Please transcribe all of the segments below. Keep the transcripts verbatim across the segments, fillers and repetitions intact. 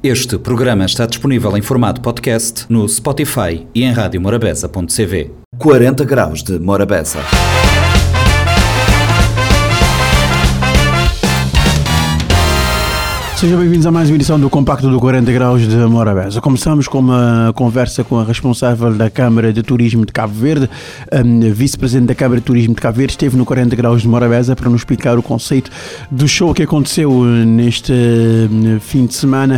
Este programa está disponível em formato podcast no Spotify e em rádio morabeza ponto c v. quarenta graus de Morabeza. Sejam bem-vindos a mais uma edição do Compacto do quarenta graus de Morabeza. Começamos com uma conversa com a responsável da Câmara de Turismo de Cabo Verde, a vice-presidente da Câmara de Turismo de Cabo Verde, esteve no quarenta graus de Morabeza para nos explicar o conceito do show que aconteceu neste fim de semana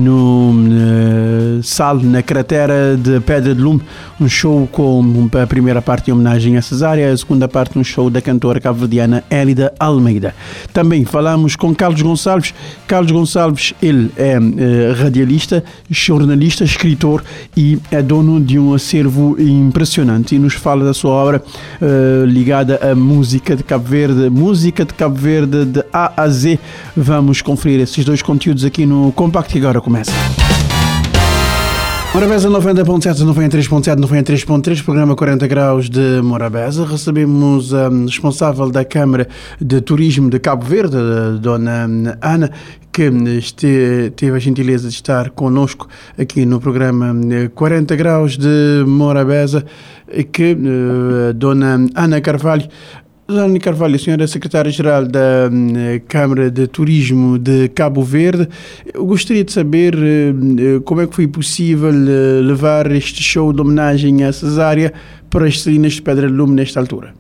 no Sal, na cratera de Pedra de Lume. Um show com a primeira parte em homenagem a Cesária, a segunda parte um show da cantora cabo-verdiana Élida Almeida. Também falamos com Carlos Gonçalves. Carlos Gonçalves Gonçalves, ele é uh, radialista, jornalista, escritor e é dono de um acervo impressionante e nos fala da sua obra uh, ligada à música de Cabo Verde, música de Cabo Verde de A a Z. Vamos conferir esses dois conteúdos aqui no Compacto e agora começa. Morabeza noventa ponto sete, noventa e três ponto sete, noventa e três ponto três, programa quarenta graus de Morabeza. Recebemos a um, responsável da Câmara de Turismo de Cabo Verde, a dona Ana, que este, teve a gentileza de estar connosco aqui no programa quarenta graus de Morabeza, que a dona Ana Carvalho. Ana Carvalho, a senhora secretária-geral da Câmara de Turismo de Cabo Verde, eu gostaria de saber como é que foi possível levar este show de homenagem à Cesária para as Salinas de Pedra de Lume nesta altura.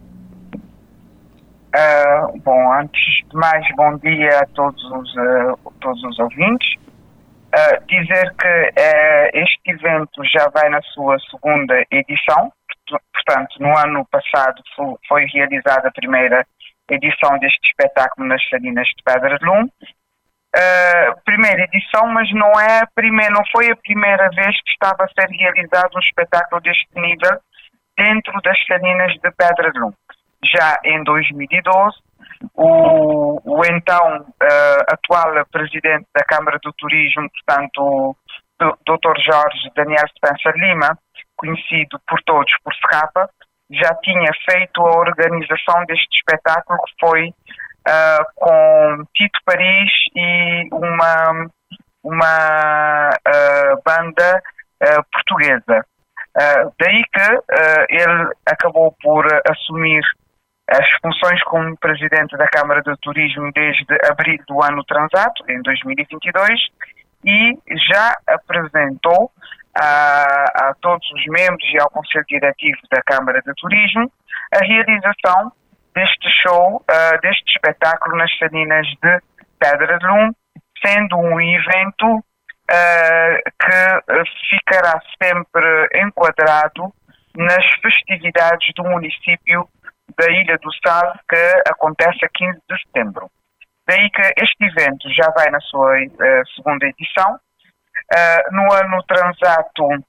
Uh, bom, antes de mais, bom dia a todos os, uh, todos os ouvintes. Uh, dizer que uh, este evento já vai na sua segunda edição. Portanto, no ano passado foi realizada a primeira edição deste espetáculo nas Salinas de Pedra de Lume. Uh, primeira edição, mas não, é a primeira, não foi a primeira vez que estava a ser realizado um espetáculo deste nível dentro das Salinas de Pedra de Lume. Já em dois mil e doze, o, o então uh, atual presidente da Câmara do Turismo, portanto, o doutor Jorge Daniel Spencer Lima, conhecido por todos por Serrapa, já tinha feito a organização deste espetáculo, que foi uh, com Tito Paris e uma, uma uh, banda uh, portuguesa. Uh, daí que uh, ele acabou por assumir as funções como presidente da Câmara de Turismo desde abril do ano transato, em dois mil e vinte e dois, e já apresentou A, a todos os membros e ao Conselho Diretivo da Câmara de Turismo a realização deste show, uh, deste espetáculo nas Salinas de Pedra de Lume, sendo um evento uh, que ficará sempre enquadrado nas festividades do município da Ilha do Sal, que acontece a quinze de setembro. Daí que este evento já vai na sua uh, segunda edição. Uh, no ano transato, uh,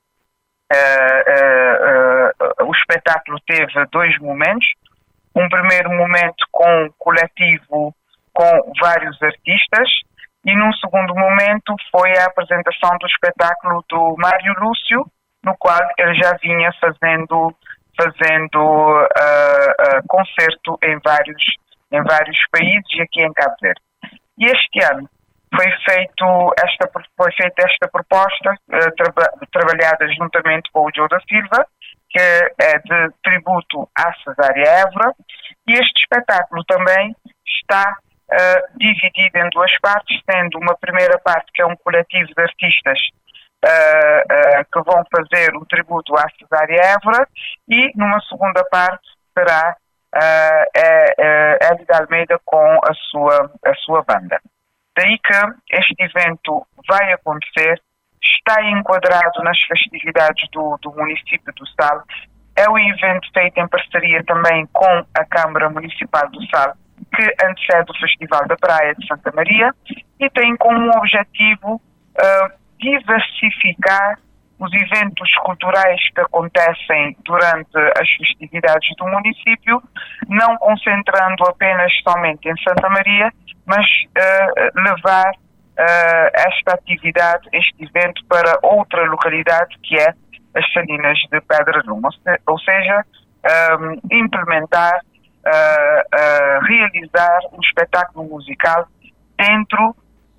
uh, uh, o espetáculo teve dois momentos. Um primeiro momento com um coletivo com vários artistas e num segundo momento foi a apresentação do espetáculo do Mário Lúcio, no qual ele já vinha fazendo, fazendo uh, uh, concerto em vários, em vários países e aqui em Cabo Verde. E este ano Foi, feito esta, foi feita esta proposta, uh, traba, trabalhada juntamente com o Joe da Silva, que é de tributo à Cesária Évora, e este espetáculo também está uh, dividido em duas partes, tendo uma primeira parte que é um coletivo de artistas uh, uh, que vão fazer o tributo à Cesária Évora, e numa segunda parte será uh, uh, Élida Almeida com a sua, a sua banda. Daí que este evento vai acontecer, está enquadrado nas festividades do, do município do Sal. É um evento feito em parceria também com a Câmara Municipal do Sal, que antecede o Festival da Praia de Santa Maria, e tem como objetivo uh, diversificar os eventos culturais que acontecem durante as festividades do município, não concentrando apenas somente em Santa Maria, mas uh, levar uh, esta atividade, este evento, para outra localidade, que é as Salinas de Pedra de Lume, ou seja, um, implementar, uh, uh, realizar um espetáculo musical dentro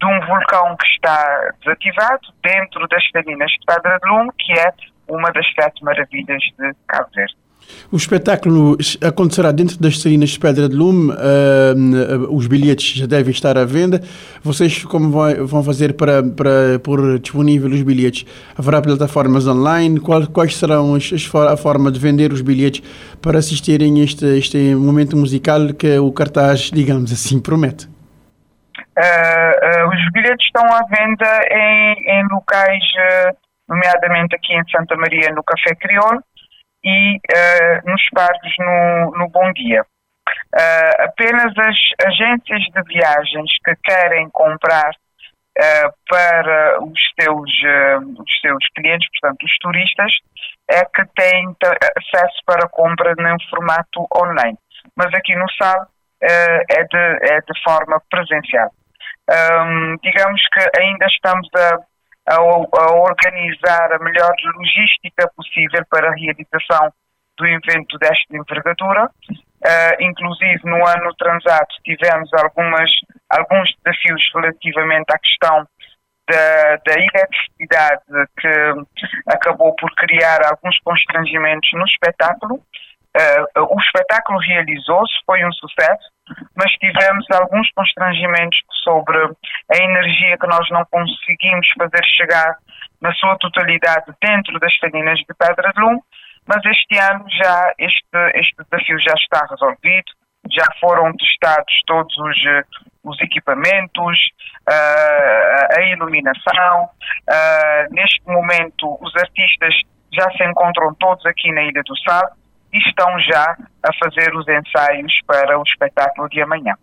de um vulcão que está desativado dentro das Salinas de Pedra de Lume, que é uma das sete maravilhas de Cabo Verde. O espetáculo acontecerá dentro das Salinas de Pedra de Lume, uh, os bilhetes já devem estar à venda. Vocês como vai, vão fazer para, para pôr disponível os bilhetes? Haverá plataformas online? Qual, quais serão as, as, a forma de vender os bilhetes para assistirem a este, este momento musical que o cartaz, digamos assim, promete? Uh, uh, os bilhetes estão à venda em, em locais, uh, nomeadamente aqui em Santa Maria, no Café Crioulo, e uh, nos parques no, no Bom Dia. Uh, apenas as agências de viagens que querem comprar uh, para os seus, uh, os seus clientes, portanto os turistas, é que têm acesso para compra em formato online. Mas aqui no S A L uh, é, de, é de forma presencial. Um, digamos que ainda estamos a A, a organizar a melhor logística possível para a realização do evento desta envergadura. Uh, inclusive, no ano transato, tivemos algumas, alguns desafios relativamente à questão da, da eletricidade, que acabou por criar alguns constrangimentos no espetáculo. Uh, o espetáculo realizou-se, foi um sucesso, mas tivemos alguns constrangimentos sobre a energia que nós não conseguimos fazer chegar na sua totalidade dentro das Salinas de Pedra de Lume, mas este ano já este, este desafio já está resolvido, já foram testados todos os, os equipamentos, uh, a iluminação. Uh, neste momento os artistas já se encontram todos aqui na Ilha do Sal e estão já a fazer os ensaios para o espetáculo de amanhã.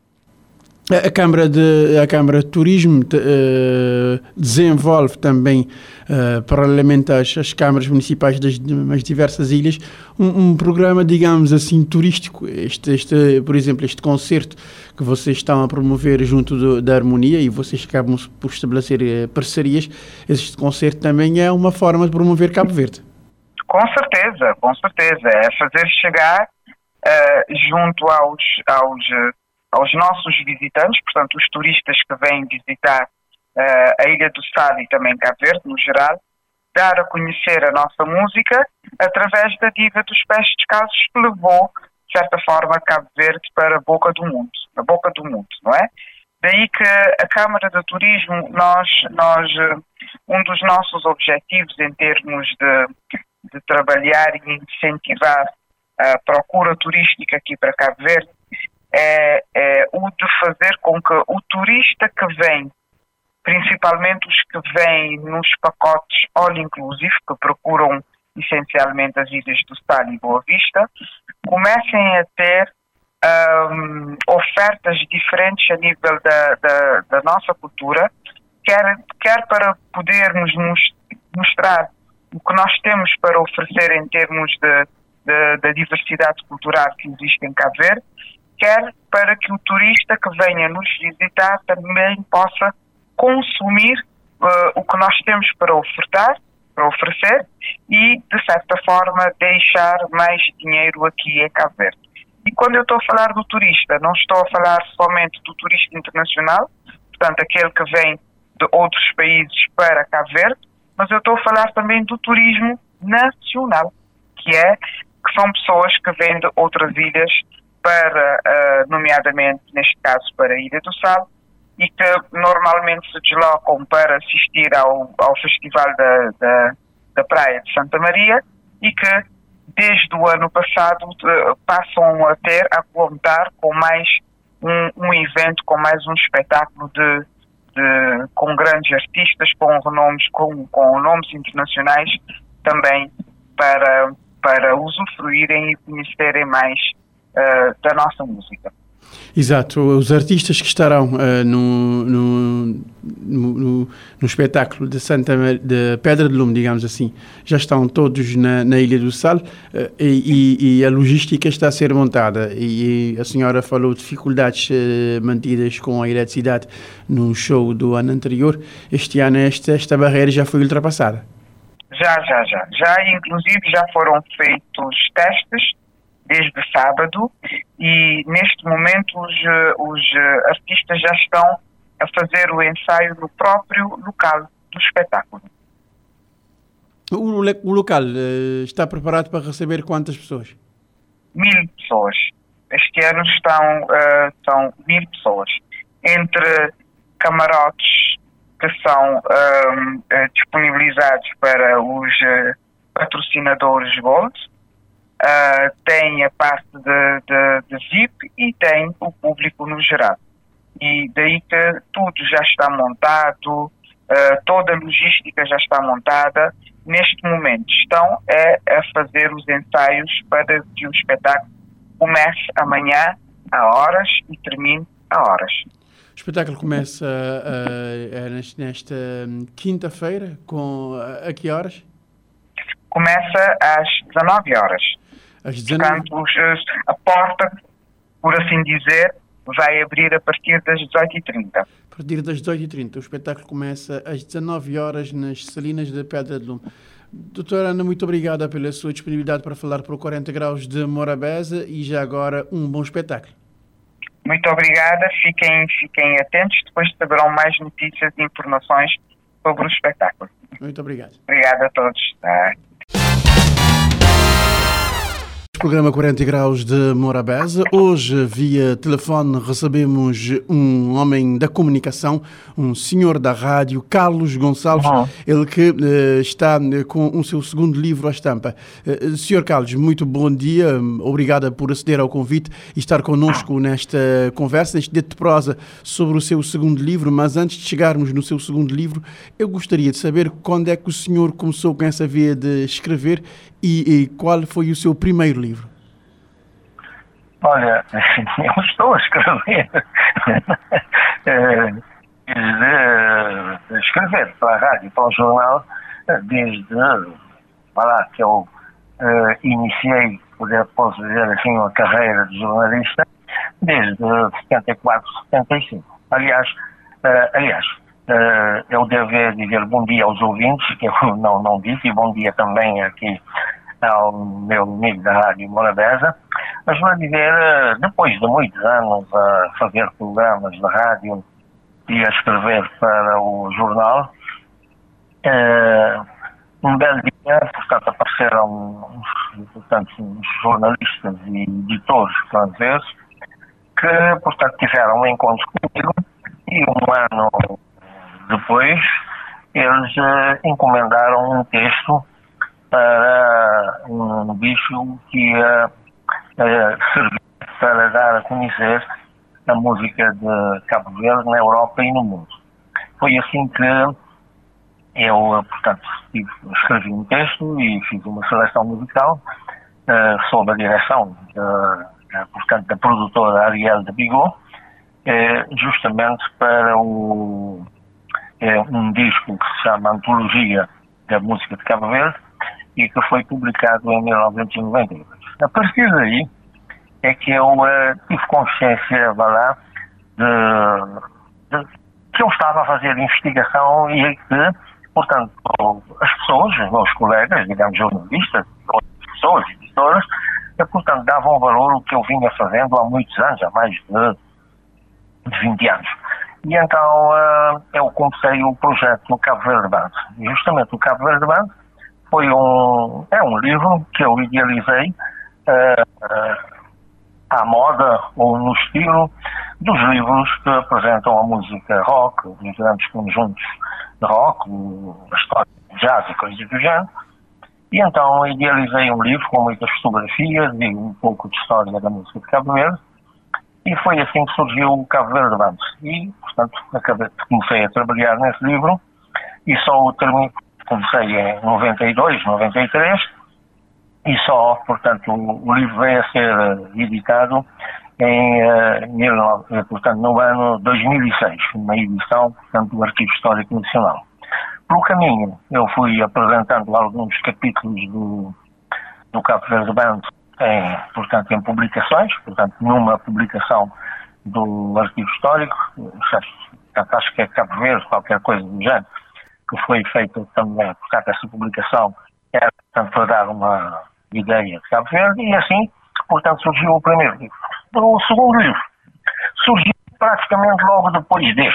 A Câmara de, a Câmara de Turismo uh, desenvolve também, uh, paralelamente às, às câmaras municipais das mais diversas ilhas, um, um programa, digamos assim, turístico. Este, este, por exemplo, este concerto que vocês estão a promover junto do, da Harmonia, e vocês acabam por estabelecer uh, parcerias, este concerto também é uma forma de promover Cabo Verde. Com certeza, com certeza. É fazer chegar uh, junto aos, aos, uh, aos nossos visitantes, portanto, os turistas que vêm visitar uh, a Ilha do Sal e também Cabo Verde, no geral, dar a conhecer a nossa música através da Diva dos Pés Descalços, que levou, de certa forma, Cabo Verde para a boca do mundo, a boca do mundo, não é? Daí que a Câmara de Turismo, nós, nós, uh, um dos nossos objetivos em termos de de trabalhar e incentivar a procura turística aqui para Cabo Verde é, é o de fazer com que o turista que vem, principalmente os que vêm nos pacotes all-inclusive, que procuram essencialmente as ilhas do Sal e Boa Vista, comecem a ter um, ofertas diferentes a nível da, da, da nossa cultura, quer, quer para podermos nos mostrar o que nós temos para oferecer em termos de, de, de diversidade cultural que existe em Cabo Verde, quer para que o turista que venha nos visitar também possa consumir uh, o que nós temos para ofertar, para oferecer, e, de certa forma, deixar mais dinheiro aqui em Cabo Verde. E quando eu estou a falar do turista, não estou a falar somente do turista internacional, portanto, aquele que vem de outros países para Cabo Verde, mas eu estou a falar também do turismo nacional, que é que são pessoas que vêm de outras ilhas para, uh, nomeadamente, neste caso, para a Ilha do Sal, e que normalmente se deslocam para assistir ao, ao Festival da, da, da Praia de Santa Maria, e que, desde o ano passado, uh, passam a ter, a contar com mais um, um evento, com mais um espetáculo de De, com grandes artistas, com renomes, com, com nomes internacionais também para, para usufruírem e conhecerem mais uh, da nossa música. Exato, os artistas que estarão uh, no, no, no, no espetáculo de, Santa Mar... de Pedra de Lume, digamos assim, já estão todos na, na Ilha do Sal, uh, e, e a logística está a ser montada, e a senhora falou de dificuldades uh, mantidas com a eletricidade no show do ano anterior. Este ano esta, esta barreira já foi ultrapassada? Já, já, já. Já, inclusive, já foram feitos testes desde sábado, e neste momento os, os artistas já estão a fazer o ensaio no próprio local do espetáculo. O, o local uh, está preparado para receber quantas pessoas? Mil pessoas. Este ano estão, uh, são mil pessoas. Entre camarotes que são um, uh, disponibilizados para os uh, patrocinadores Gold, uh, tem a parte de, de, de V I P e tem o público no geral. E daí que tudo já está montado, uh, toda a logística já está montada. Neste momento estão é, a fazer os ensaios para que o espetáculo comece amanhã a horas e termine a horas. O espetáculo começa uh, uh, nesta, nesta quinta-feira, com uh, a que horas? Começa às dezanove horas. Às dezanove... Portanto, os, a porta, por assim dizer, vai abrir a partir das dezoito e trinta. A partir das dezoito e trinta. O espetáculo começa às dezanove horas nas Salinas da Pedra de Lume. Doutora Ana, muito obrigada pela sua disponibilidade para falar para o quarenta graus de Morabeza e já agora um bom espetáculo. Muito obrigada, fiquem, fiquem atentos, depois saberão mais notícias e informações sobre o espetáculo. Muito obrigado. Obrigada a todos. Tá. Programa quarenta graus de Morabeza. Hoje, via telefone, recebemos um homem da comunicação, um senhor da rádio, Carlos Gonçalves, uhum. ele que uh, está com o seu segundo livro à estampa. Uh, senhor Carlos, muito bom dia, obrigada por aceder ao convite e estar connosco nesta conversa, neste debate de prosa sobre o seu segundo livro, mas antes de chegarmos no seu segundo livro, eu gostaria de saber quando é que o senhor começou com essa via de escrever e, e qual foi o seu primeiro livro? Olha, eu estou a escrever. Desde escrever para a rádio, para o jornal, desde lá, que eu uh, iniciei, posso dizer assim, uma carreira de jornalista, desde setenta e quatro, setenta e cinco. Aliás, uh, aliás uh, eu devo dizer bom dia aos ouvintes, que eu não, não disse, e bom dia também aqui ao meu amigo da Rádio Morabeza. Mas vou dizer, depois de muitos anos a fazer programas de rádio e a escrever para o jornal, uh, um belo dia, portanto, apareceram uns, portanto, uns jornalistas e editores franceses que, portanto, tiveram um encontro comigo e um ano depois eles uh, encomendaram um texto para um bicho que ia uh, servir para dar a conhecer a música de Cabo Verde na Europa e no mundo. Foi assim que eu, portanto, escrevi um texto e fiz uma seleção musical uh, sob a direção de, portanto, da produtora Ariel de Bigot, uh, justamente para o, uh, um disco que se chama Antologia da Música de Cabo Verde e que foi publicado em mil novecentos e noventa e dois. A partir daí é que eu uh, tive consciência, vá lá, de, de que eu estava a fazer investigação e que, portanto, as pessoas, os meus colegas, digamos, jornalistas, outras pessoas, editoras, que, portanto, davam valor ao que eu vinha fazendo há muitos anos, há mais de, de vinte anos. E então uh, eu comecei o projeto no Cabo Verde Band. E justamente o Cabo Verde Band foi um, é um livro que eu idealizei uh, uh, à moda ou no estilo dos livros que apresentam a música rock, os grandes conjuntos de rock, a história de jazz e coisas do género. E então idealizei um livro com muitas fotografias e um pouco de história da música de Cabo Verde. E foi assim que surgiu o Cabo Verde Band. E, portanto, acabei, comecei a trabalhar nesse livro e só o terminei. Comecei em noventa e dois, noventa e três e só, portanto, o, o livro veio a ser editado em, uh, portanto, no ano dois mil e seis, uma edição, portanto, do Arquivo Histórico Nacional. Pelo caminho, eu fui apresentando alguns capítulos do, do Cabo Verde Band em, portanto, em publicações, portanto, numa publicação do Arquivo Histórico, portanto, acho que é Cabo Verde, qualquer coisa do género, que foi feita também, portanto, essa publicação era, portanto, para dar uma ideia de Cabo Verde, e assim, portanto, surgiu o primeiro livro. O segundo livro surgiu praticamente logo depois deste,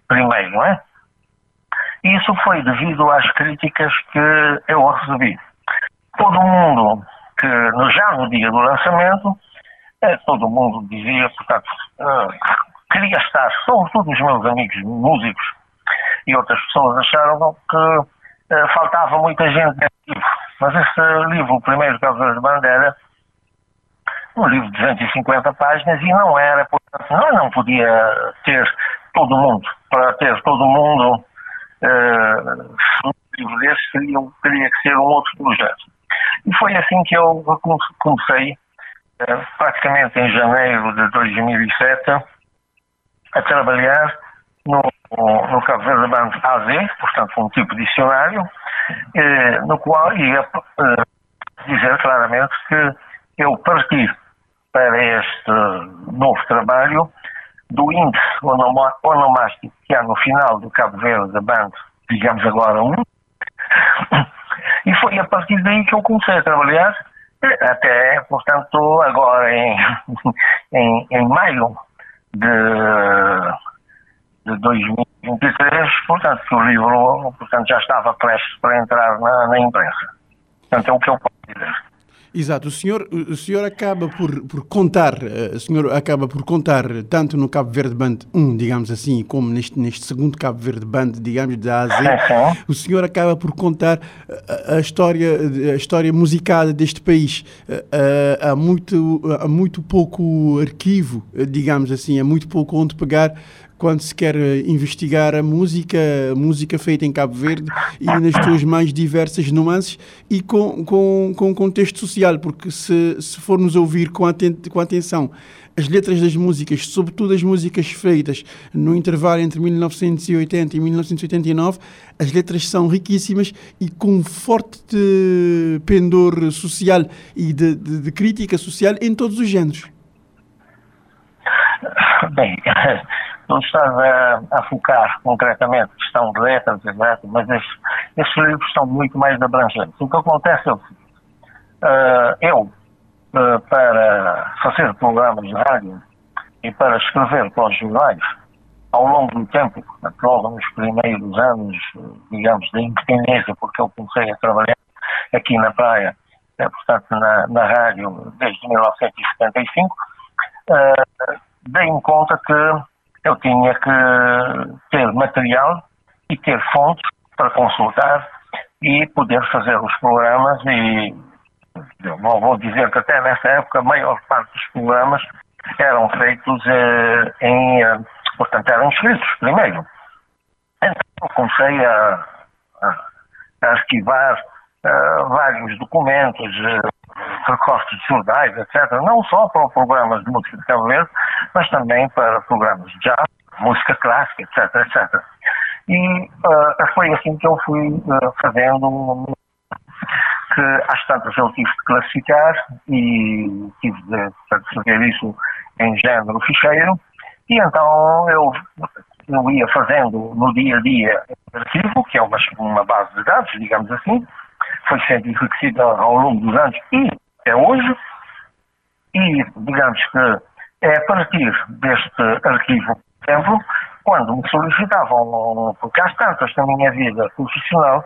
primeiro, não é? Isso foi devido às críticas que eu recebi. Todo mundo, que já no dia do lançamento, todo mundo dizia, portanto, queria estar, sobretudo os meus amigos músicos e outras pessoas acharam que faltava muita gente nesse livro. Mas esse livro, o primeiro Cabo Verde Band, era um livro de duzentas e cinquenta páginas e não era, portanto, não, não podia ter todo mundo. Para ter todo mundo, uh, um livro desse teria, teria que ser um outro projeto. E foi assim que eu comecei, uh, praticamente em janeiro de dois mil e sete, a trabalhar no, no Cabo Verde Band A Z, portanto um tipo de dicionário, uh, no qual ia uh, dizer claramente que eu parti para este novo trabalho do índice onomástico que há no final do Cabo Verde da Band, digamos agora um, e foi a partir daí que eu comecei a trabalhar, até, portanto, agora em, em, em maio de, de dois mil e vinte e três, portanto, que o livro portanto, já estava prestes para entrar na, na imprensa. Portanto, é o que eu posso dizer. Exato, o senhor, o senhor acaba por, por contar, o senhor acaba por contar tanto no Cabo Verde Band um, digamos assim, como neste, neste segundo Cabo Verde Band, digamos, da A a Z, o senhor acaba por contar a, a história, a história musicada deste país. Há muito, há muito pouco arquivo, digamos assim, há muito pouco onde pegar quando se quer investigar a música, a música feita em Cabo Verde e nas suas mais diversas nuances e com, com, com contexto social, porque se, se formos ouvir com, aten com atenção as letras das músicas, sobretudo as músicas feitas no intervalo entre mil novecentos e oitenta e mil novecentos e oitenta e nove, as letras são riquíssimas e com forte pendor social e de, de, de crítica social em todos os géneros. Bem, não estás a, a focar concretamente questão de letras, exato, mas esses, esses livros são muito mais abrangentes. O que acontece é o seguinte, uh, eu, uh, para fazer programas de rádio e para escrever para os jornais, ao longo do tempo, logo nos primeiros anos, digamos, da independência, porque eu comecei a trabalhar aqui na praia, é, portanto, na, na rádio, desde mil novecentos e setenta e cinco, uh, dei-me conta que eu tinha que ter material e ter fontes para consultar e poder fazer os programas e eu vou dizer que até nessa época a maior parte dos programas eram feitos eh, em, eh, portanto eram escritos primeiro. Então comecei a, a, a arquivar uh, vários documentos, uh, recortes de jornais, etcétera, não só para programas de música de Cabo Verde, mas também para programas de jazz, música clássica, etc, etcétera. E uh, foi assim que eu fui uh, fazendo, que às tantas eu tive de classificar e tive de fazer isso em género ficheiro, e então eu, eu ia fazendo no dia a dia o arquivo, que é uma, uma base de dados, digamos assim, foi sempre enriquecida ao longo dos anos e até hoje, e digamos que é a partir deste arquivo, por exemplo, quando me solicitavam, porque às tantas na minha vida profissional,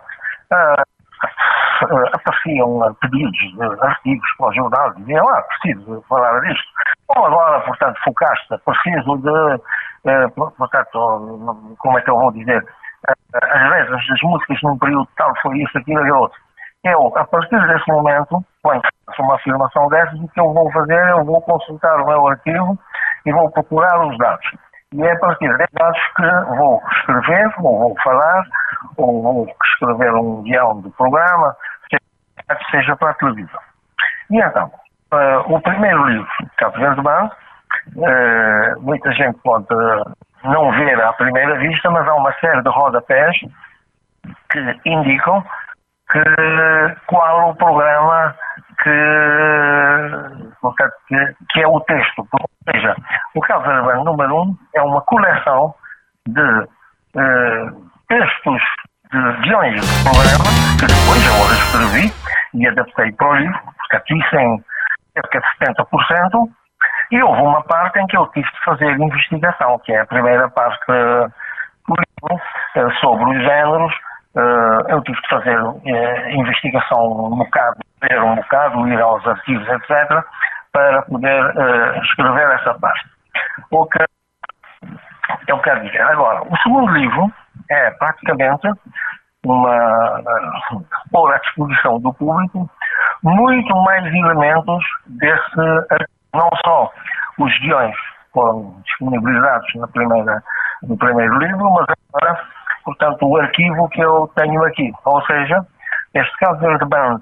uh, uh, apareciam pedidos de artigos para o jornal, diziam, ah, preciso falar disto. Ou agora, portanto, focaste, preciso de, uh, portanto, como é que eu vou dizer, uh, as letras das músicas num período tal, foi isso, aquilo e outro. Eu, a partir desse momento, quando faço uma afirmação dessas, o que eu vou fazer, eu vou consultar o meu arquivo e vou procurar os dados. E é a partir desses dados que vou escrever, ou vou falar, ou vou escrever um guião de programa, seja, seja para a televisão. E então, uh, o primeiro livro, Cabo Verde Band, uh, muita gente pode não ver à primeira vista, mas há uma série de rodapés que indicam que, qual o programa que, portanto, que, que é o texto. Ou seja, o Cabo Verde Band número um é uma coleção de eh, textos de guiões de programa que depois eu reescrevi e adaptei para o livro, portanto isso em cerca de setenta por cento, e houve uma parte em que eu tive de fazer investigação, que é a primeira parte que, livro sobre os géneros. Eu tive que fazer investigação um bocado, ler um bocado, ir aos arquivos, etcétera, para poder escrever essa parte. O que eu quero dizer agora, o segundo livro é praticamente uma pôr à disposição do público muito mais elementos desse, não só os guiões foram disponibilizados na primeira, no primeiro livro, mas agora, portanto, o arquivo que eu tenho aqui, ou seja, este Cabo Verde Band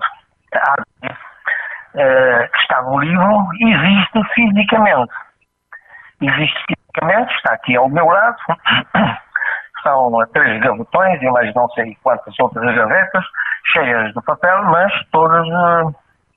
eh, que está no livro, existe fisicamente. Existe fisicamente, está aqui ao meu lado, são três gavetões e mais não sei quantas outras gavetas, cheias de papel, mas todas, uh,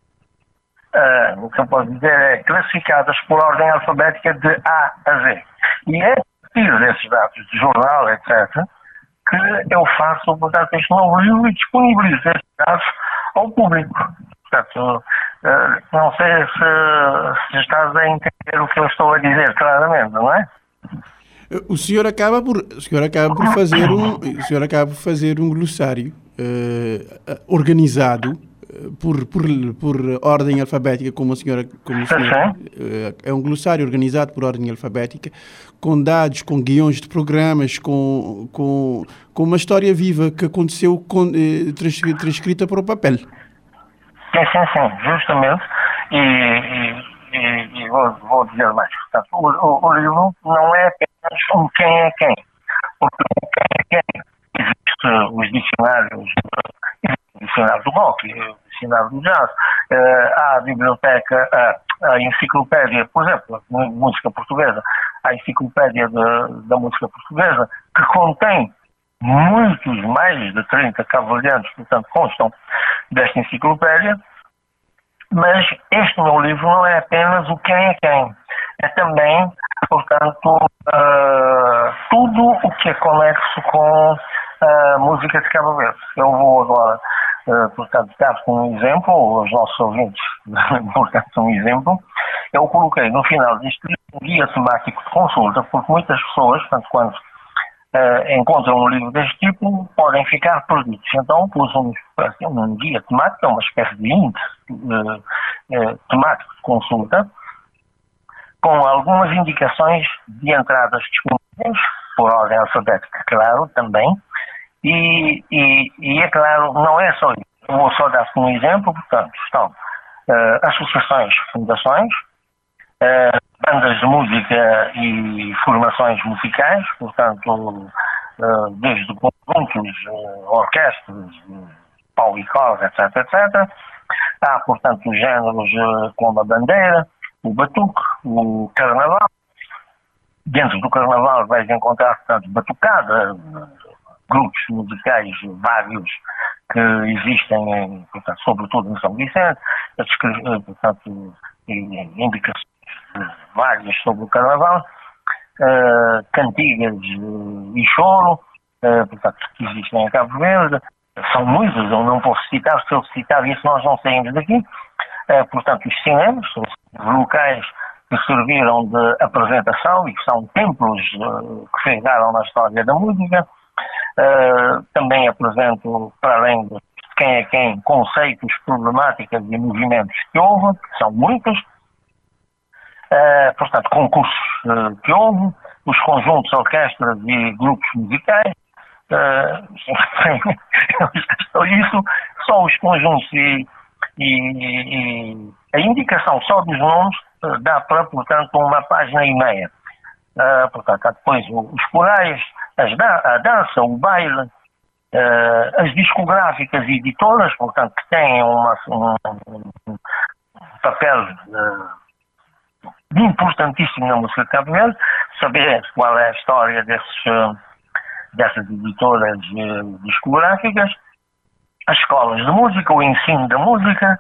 uh, o que eu posso dizer, é classificadas por ordem alfabética de A a Z. E é a partir desses dados de jornal, etcétera, que eu faço, portanto, este novo livro e disponibilizo esses dados ao público. Portanto, uh, não sei se, se estás a entender o que eu estou a dizer claramente, não é? O senhor acaba por, o senhor acaba por fazer um, o senhor acaba por fazer um glossário uh, organizado uh, por, por, por ordem alfabética, como a senhora, como a senhora uh, é um glossário organizado por ordem alfabética, com dados, com guiões de programas, com, com, com uma história viva que aconteceu com, uh, transcrita para o papel. Sim, sim, sim, justamente. E, e... E, e vou, vou dizer mais. Portanto, o, o, o livro não é apenas um quem é quem. Porque o quem é quem existe os dicionários, existe o dicionário do rock, o dicionário do jazz, uh, há a biblioteca, uh, a enciclopédia, por exemplo, música portuguesa, a enciclopédia de, da música portuguesa, que contém muitos, mais de trinta cabo-verdianos, portanto, constam desta enciclopédia. Mas este meu livro não é apenas o quem é quem. É também, portanto, uh, tudo o que é conexo com a música de Cabo Verde. Eu vou agora, uh, portanto, dar-vos um exemplo, os nossos ouvintes, portanto, um exemplo. Eu coloquei no final deste livro um guia temático de consulta, porque muitas pessoas, portanto, quando uh, encontram um livro deste tipo, podem ficar perdidos. Então, pus um, assim, um guia temático, uma espécie de índice uh, uh, temático de consulta, com algumas indicações de entradas disponíveis, por ordem alfabética, claro, também. E, e, e é claro, não é só isso. Eu vou só dar um exemplo, portanto, estão uh, associações, fundações, uh, bandas de música e formações musicais, portanto, uh, desde conjuntos, uh, orquestras, uh, pau e corda, etc, etcétera. Há, portanto, os géneros uh, como a bandeira, o batuque, o carnaval. Dentro do carnaval vais encontrar, portanto, batucada, grupos musicais vários que existem, em, portanto, sobretudo em São Vicente, portanto, indicações várias sobre o carnaval, uh, cantigas uh, e choro, uh, portanto, que existem em Cabo Verde. São muitos, eu não posso citar, se eu citar isso nós não saímos daqui. Uh, portanto, os cinemas, os locais que serviram de apresentação e que são templos uh, que chegaram na história da música. Uh, também apresento, para além de quem é quem, conceitos, problemáticas e movimentos que houve, que são muitos. Uh, portanto, concursos uh, que houve, os conjuntos, orquestras e grupos musicais. Uh, isso, só os conjuntos e, e, e a indicação só dos nomes uh, dá para, portanto, uma página e meia. Uh, portanto, há depois os corais, as dan a dança, o baile, uh, as discográficas e editoras, portanto, que têm uma, um, um papel uh, importantíssimo na música de Cabo Verde, saber qual é a história desses, uh, dessas editoras uh, discográficas, as escolas de música, o ensino da música,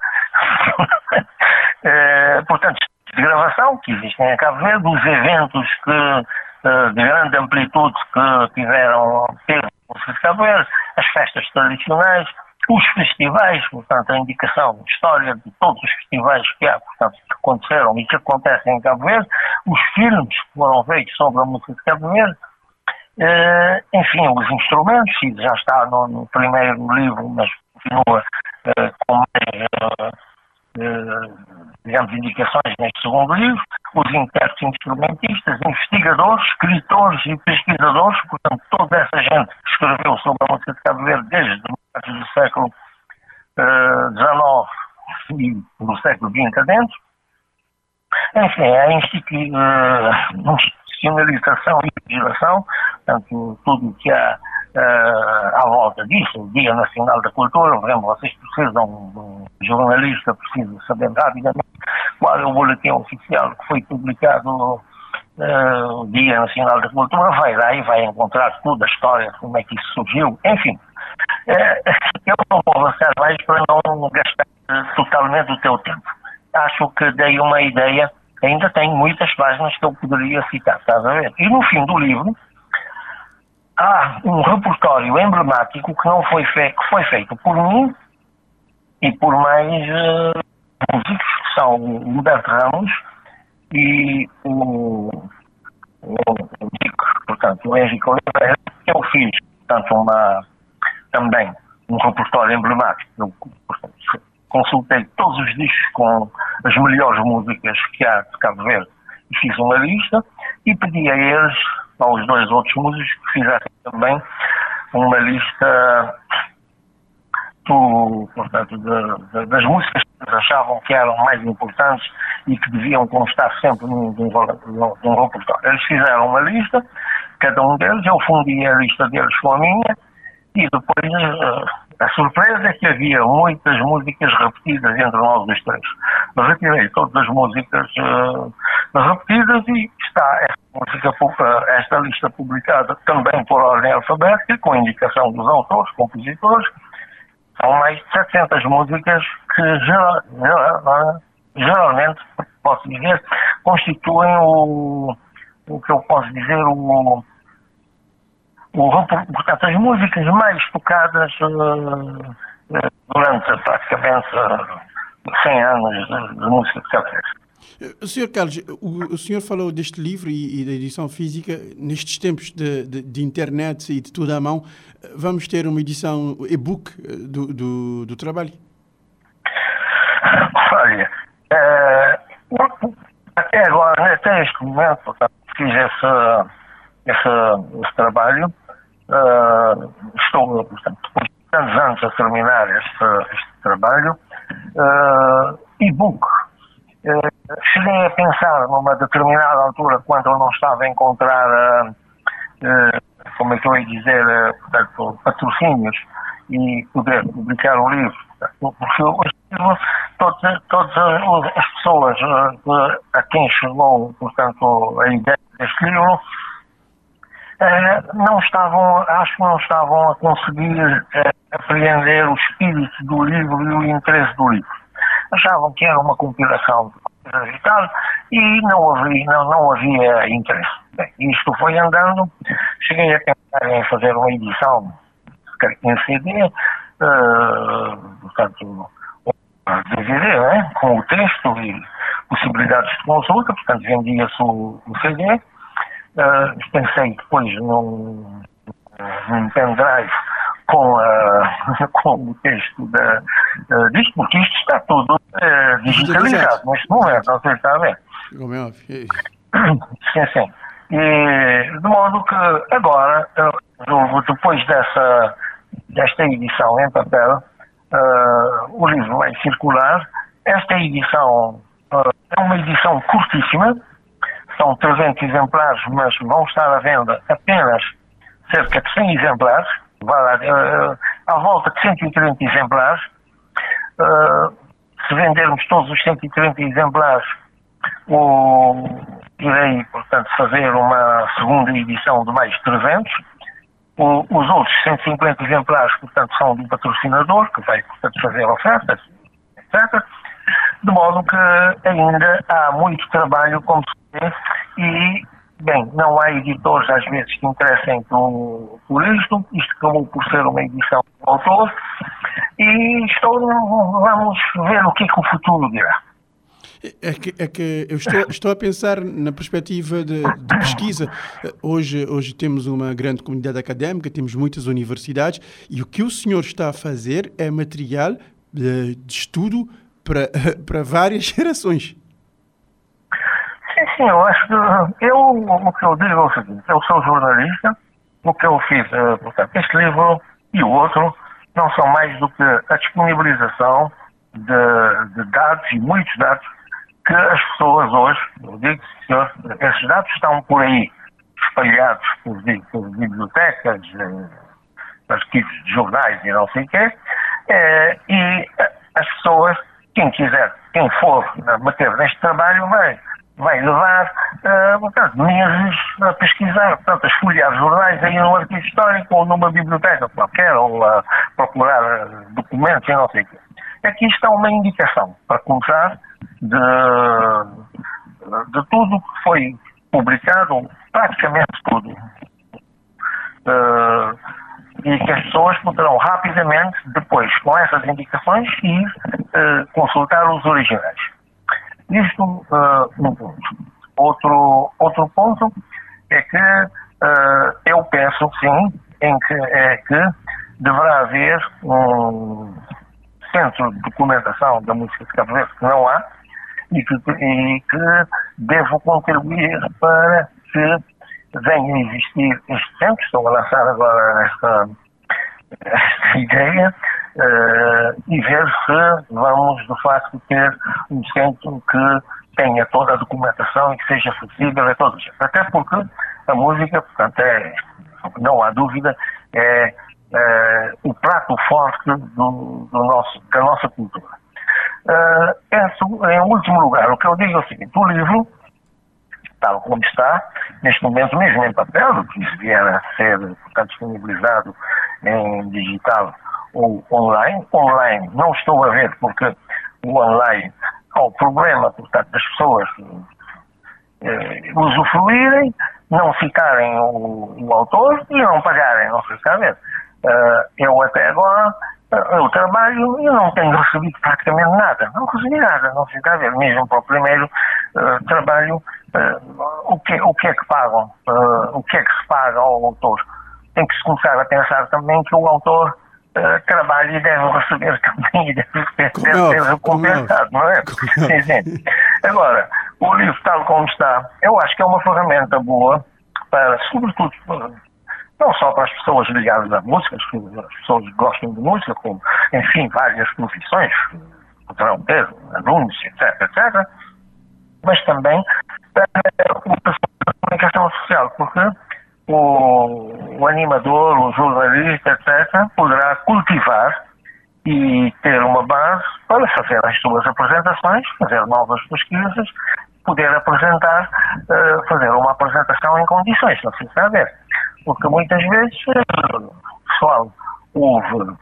uh, portanto, de gravação que existem em Cabo Verde, os eventos que, uh, de grande amplitude que tiveram teve a música de Cabo Verde, as festas tradicionais, os festivais, portanto, a indicação de história de todos os festivais que há, portanto, que aconteceram e que acontecem em Cabo Verde, os filmes que foram feitos sobre a música de Cabo Verde, Uh, enfim, os instrumentos, isso já está no, no primeiro livro, mas continua uh, com mais, uh, uh, digamos, indicações neste segundo livro. Os intérpretes instrumentistas, investigadores, escritores e pesquisadores, portanto, toda essa gente que escreveu sobre a música de Cabo Verde desde o século dezenove uh, e do século vinte adentro. Enfim, a institui- uh, institucionalização e legislação, portanto, tudo o que há uh, à volta disso, o Dia Nacional da Cultura, por exemplo, vocês precisam, um jornalista precisa saber rapidamente qual é o boletim oficial que foi publicado uh, o Dia Nacional da Cultura, vai lá e vai encontrar toda a história, como é que isso surgiu, enfim. Uh, eu não vou avançar mais para não gastar uh, totalmente o teu tempo. Acho que dei uma ideia, ainda tenho muitas páginas que eu poderia citar, estás a ver? E no fim do livro há um repertório emblemático que não foi feito, que foi feito por mim e por mais uh, músicos, que são o Humberto Ramos e o, o, o Dico, portanto, o Henrique Oliveira, que eu fiz, portanto, uma, também um repertório emblemático. Eu, portanto, consultei todos os discos com as melhores músicas que há de Cabo Verde e fiz uma lista e pedi a eles, aos dois outros músicos, que fizessem também uma lista do, portanto, de, de, das músicas que eles achavam que eram mais importantes e que deviam constar sempre num, num, num repertório. Eles fizeram uma lista, cada um deles, eu fundi a lista deles com a minha e depois a surpresa é que havia muitas músicas repetidas entre nós os três. Eu retirei todas as músicas uh, repetidas e está esta, música, esta lista publicada também por ordem alfabética, com indicação dos autores, compositores. São mais de setecentas músicas que geral, geral, geralmente, posso dizer, constituem o, o que eu posso dizer, o O, portanto, as músicas mais tocadas uh, durante praticamente uh, cem anos de, de música de Cabo Verde. senhor Carlos, o, o senhor falou deste livro e, e da edição física. Nestes tempos de, de, de internet e de tudo à mão, vamos ter uma edição e-book do, do, do trabalho? Olha, uh, até agora, até este momento, portanto, fiz esse, esse, esse trabalho. Uh, estou, portanto, depois de tantos anos a terminar este, este trabalho, uh, e-book. Uh, cheguei a pensar numa determinada altura, quando eu não estava a encontrar, uh, uh, como é que eu ia dizer, uh, portanto, patrocínios e poder publicar um livro. Porque hoje, todas, todas as pessoas uh, a quem chegou, portanto, a ideia deste livro, Uh, não estavam, acho que não estavam a conseguir uh, apreender o espírito do livro e o interesse do livro. Achavam que era uma compilação de coisas e tal, e não havia, não, não havia interesse. Bem, isto foi andando, cheguei a pensar em fazer uma edição em C D, uh, portanto, D V D, né, com o texto e possibilidades de consulta, portanto vendia-se o, o C D. Uh, pensei depois num, num pendrive com, uh, com o texto da, uh, disto, porque isto está tudo uh, digitalizado neste momento, não sei se está a ver. Como é óbvio. Sim, sim. E, de modo que agora, uh, depois dessa, desta edição em papel, uh, o livro vai circular. Esta edição uh, é uma edição curtíssima. São trezentos exemplares, mas vão estar à venda apenas cerca de cem exemplares, vai lá, uh, à volta de cento e trinta exemplares. Uh, se vendermos todos os cento e trinta exemplares, o, irei, portanto, fazer uma segunda edição de mais de trezentos. O, os outros cento e cinquenta exemplares, portanto, são do patrocinador, que vai, portanto, fazer ofertas, etcétera. De modo que ainda há muito trabalho, como se vê, e, bem, não há editores às vezes que interessem por, por isto, isto acabou por ser uma edição do autor, e estou, vamos ver o que é que o futuro dirá. É que, é que eu estou, estou a pensar na perspectiva de, de pesquisa. Hoje, hoje temos uma grande comunidade académica, temos muitas universidades, e o que o senhor está a fazer é material de, de estudo para, para várias gerações. Sim, sim, eu acho que eu, o que eu digo é o seguinte, eu sou jornalista, o que eu fiz, portanto, este livro e o outro não são mais do que a disponibilização de, de dados, e muitos dados, que as pessoas hoje, eu digo, senhor, esses dados estão por aí, espalhados por, por bibliotecas, eh, arquivos de jornais e não sei o quê, eh, e as pessoas, quem quiser, quem for meter neste trabalho, vai, vai levar, eh, portanto, meses a pesquisar, portanto, a esfolhear jornais aí no arquivo histórico ou numa biblioteca qualquer, ou a procurar documentos e não sei o quê. Aqui está uma indicação, para começar, de, de tudo que foi publicado, praticamente tudo. Uh, e que as pessoas poderão rapidamente, depois, com essas indicações, ir uh, consultar os originais. Isto, uh, um ponto. Outro, outro ponto é que uh, eu penso, sim, em que, é que deverá haver um centro de documentação da música de Cabo Verde, que não há, e que, e que devo contribuir para que venha a existir este centro. Estou a lançar agora esta, esta ideia uh, e ver se vamos, de facto, ter um centro que tenha toda a documentação e que seja acessível a todos. Até porque a música, portanto, é, não há dúvida, é Uh, o prato forte do, do nosso, da nossa cultura. Uh, em, em último lugar, o que eu digo é o seguinte: o livro, tal como está, neste momento mesmo em papel, que isso vier a ser, portanto, disponibilizado em digital ou online. Online não estou a ver, porque o online há o problema, portanto, das pessoas uh, usufruírem, não citarem o, o autor e não pagarem, não sei se está a ver. Uh, eu até agora, uh, eu trabalho e não tenho recebido praticamente nada. Não recebi nada, não fica a ver. Mesmo para o primeiro uh, trabalho, uh, o, que, o que é que pagam? Uh, o que é que se paga ao autor? Tem que se começar a pensar também que o autor uh, trabalha e deve receber também, e deve, deve, deve ser recompensado, não é? Sim, sim. Agora, o livro tal como está, eu acho que é uma ferramenta boa para, sobretudo, não só para as pessoas ligadas à música, as pessoas que gostam de música, como, enfim, várias profissões, poderão ter, alunos, etc, etcétera, mas também para o pessoal da comunicação social, porque o, o animador, o jornalista, etcétera, poderá cultivar e ter uma base para fazer as suas apresentações, fazer novas pesquisas, poder apresentar, uh, fazer uma apresentação em condições, não se está a ver. Porque muitas vezes o pessoal ouve, uh,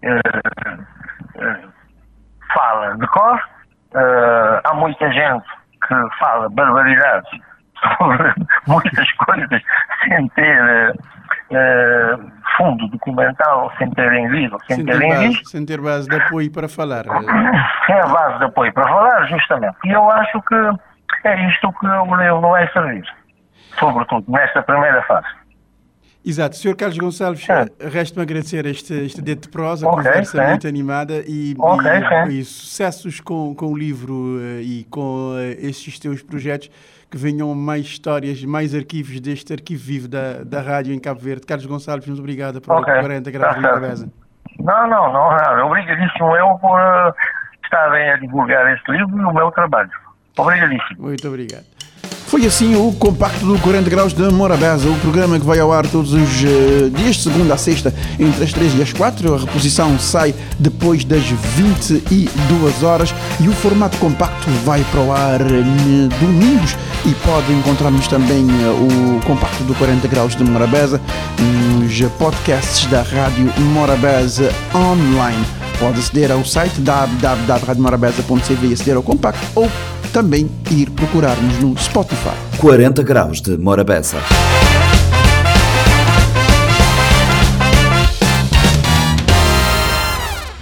uh, fala de cor, uh, há muita gente que fala barbaridades sobre muitas coisas sem ter uh, fundo documental, sem terem lido, sem, sem terem base, visto. Sem ter base de apoio para falar. Sem a base de apoio para falar, justamente. E eu acho que é isto que o livro vai servir, sobretudo nesta primeira fase. Exato. senhor Carlos Gonçalves, é. resta-me agradecer este, este dedo de prosa, okay, conversa é. muito animada e, okay, e, é. e sucessos com, com o livro e com estes teus projetos, que venham mais histórias, mais arquivos deste arquivo vivo da, da rádio em Cabo Verde. Carlos Gonçalves, muito obrigado por okay. quarenta graus de Morabeza. Não, não, não, não. Obrigadíssimo eu por uh, estarem a divulgar este livro e o meu trabalho. Obrigadíssimo. Muito obrigado. Foi assim o compacto do quarenta graus de Morabeza, o programa que vai ao ar todos os uh, dias, de segunda a sexta, entre as três e as quatro. A reposição sai depois das vinte e duas horas e o formato compacto vai para o ar uh, domingos, e pode encontrar-nos também uh, o compacto do quarenta graus de Morabeza nos podcasts da Rádio Morabeza online. Pode aceder ao site w w w ponto radio morabeza ponto c v e aceder ao compacto, ou também ir procurar-nos no Spotify. quarenta graus de Morabeza.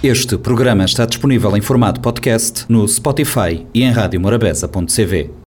Este programa está disponível em formato podcast no Spotify e em rádio morabeza ponto c v.